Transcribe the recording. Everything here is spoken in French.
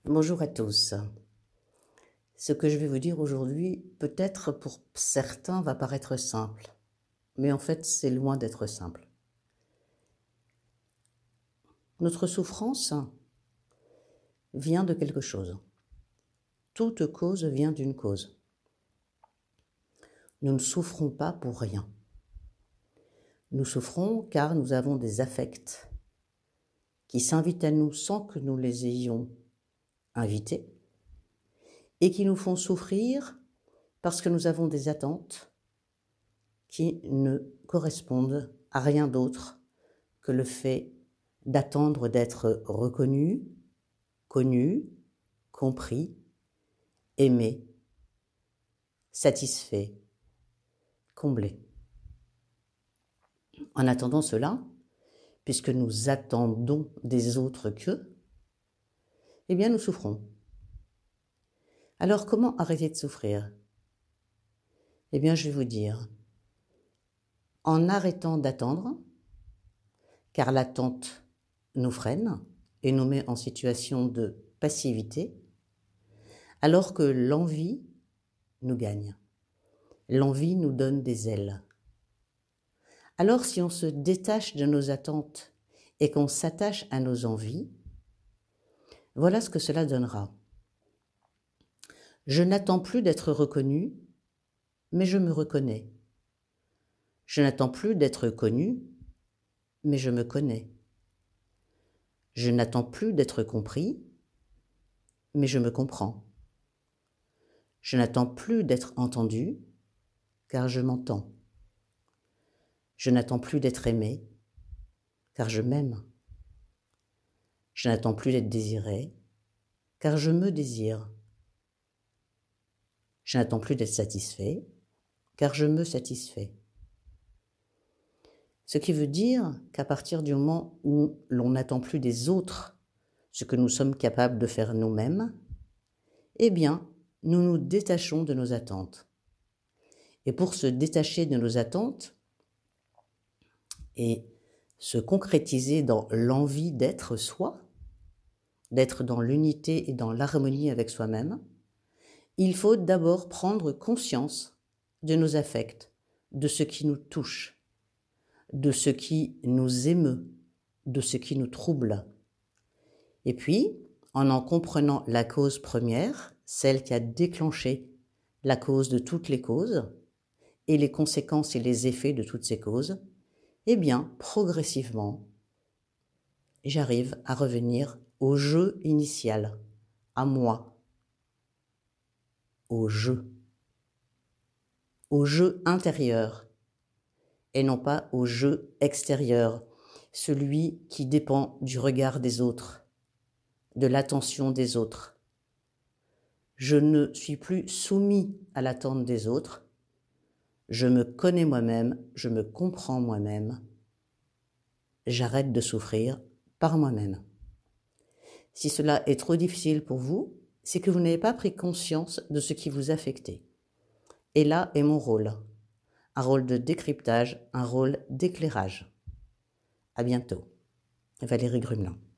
Bonjour à tous. Ce que je vais vous dire aujourd'hui, peut-être pour certains va paraître simple, mais en fait c'est loin d'être simple. Notre souffrance vient de quelque chose. Toute cause vient d'une cause. Nous ne souffrons pas pour rien. Nous souffrons car nous avons des affects qui s'invitent à nous sans que nous les ayons invités et qui nous font souffrir parce que nous avons des attentes qui ne correspondent à rien d'autre que le fait d'attendre d'être reconnu, connu, compris, aimé, satisfait, comblé. En attendant cela, puisque nous attendons des autres qu'eux, eh bien nous souffrons. Alors comment arrêter de souffrir? Eh bien je vais vous dire, en arrêtant d'attendre, car l'attente nous freine et nous met en situation de passivité, alors que l'envie nous gagne. L'envie nous donne des ailes. Alors si on se détache de nos attentes et qu'on s'attache à nos envies, voilà ce que cela donnera. Je n'attends plus d'être reconnu, mais je me reconnais. Je n'attends plus d'être connu, mais je me connais. Je n'attends plus d'être compris, mais je me comprends. Je n'attends plus d'être entendu, car je m'entends. Je n'attends plus d'être aimé, car je m'aime. Je n'attends plus d'être désiré, car je me désire. Je n'attends plus d'être satisfait, car je me satisfais. Ce qui veut dire qu'à partir du moment où l'on n'attend plus des autres ce que nous sommes capables de faire nous-mêmes, eh bien, nous nous détachons de nos attentes. Et pour se détacher de nos attentes et se concrétiser dans l'envie d'être soi, d'être dans l'unité et dans l'harmonie avec soi-même, il faut d'abord prendre conscience de nos affects, de ce qui nous touche, de ce qui nous émeut, de ce qui nous trouble. Et puis, en comprenant la cause première, celle qui a déclenché la cause de toutes les causes, et les conséquences et les effets de toutes ces causes, eh bien, progressivement, j'arrive à revenir au jeu initial, à moi, au jeu intérieur, et non pas au jeu extérieur, celui qui dépend du regard des autres, de l'attention des autres. Je ne suis plus soumis à l'attente des autres, je me connais moi-même, je me comprends moi-même, j'arrête de souffrir par moi-même. Si cela est trop difficile pour vous, c'est que vous n'avez pas pris conscience de ce qui vous affectait. Et là est mon rôle. Un rôle de décryptage, un rôle d'éclairage. À bientôt. Valérie Grumelin.